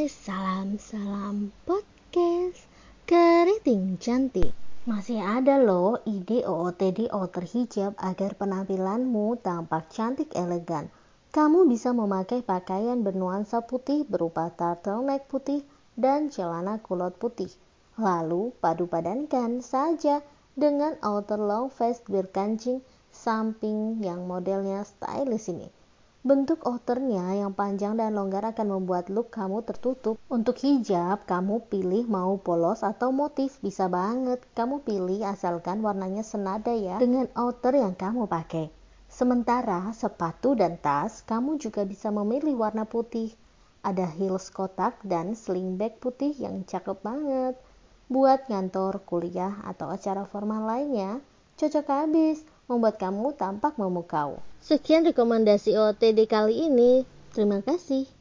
salam podcast keriting cantik. Masih ada loh ide OOTD outer hijab agar penampilanmu tampak cantik elegan. Kamu bisa memakai pakaian bernuansa putih berupa turtleneck putih dan celana kulot putih. Lalu padu-padankan saja dengan outer long vest berkancing samping yang modelnya stylish ini. Bentuk outernya yang panjang dan longgar akan membuat look kamu tertutup. Untuk hijab, kamu pilih mau polos atau motif, bisa banget. Kamu pilih asalkan warnanya senada ya dengan outer yang kamu pakai. Sementara sepatu dan tas, kamu juga bisa memilih warna putih. Ada heels kotak dan sling bag putih yang cakep banget. Buat ngantor, kuliah, atau acara formal lainnya, cocok habis, membuat kamu tampak memukau. Sekian rekomendasi OOTD kali ini. Terima kasih.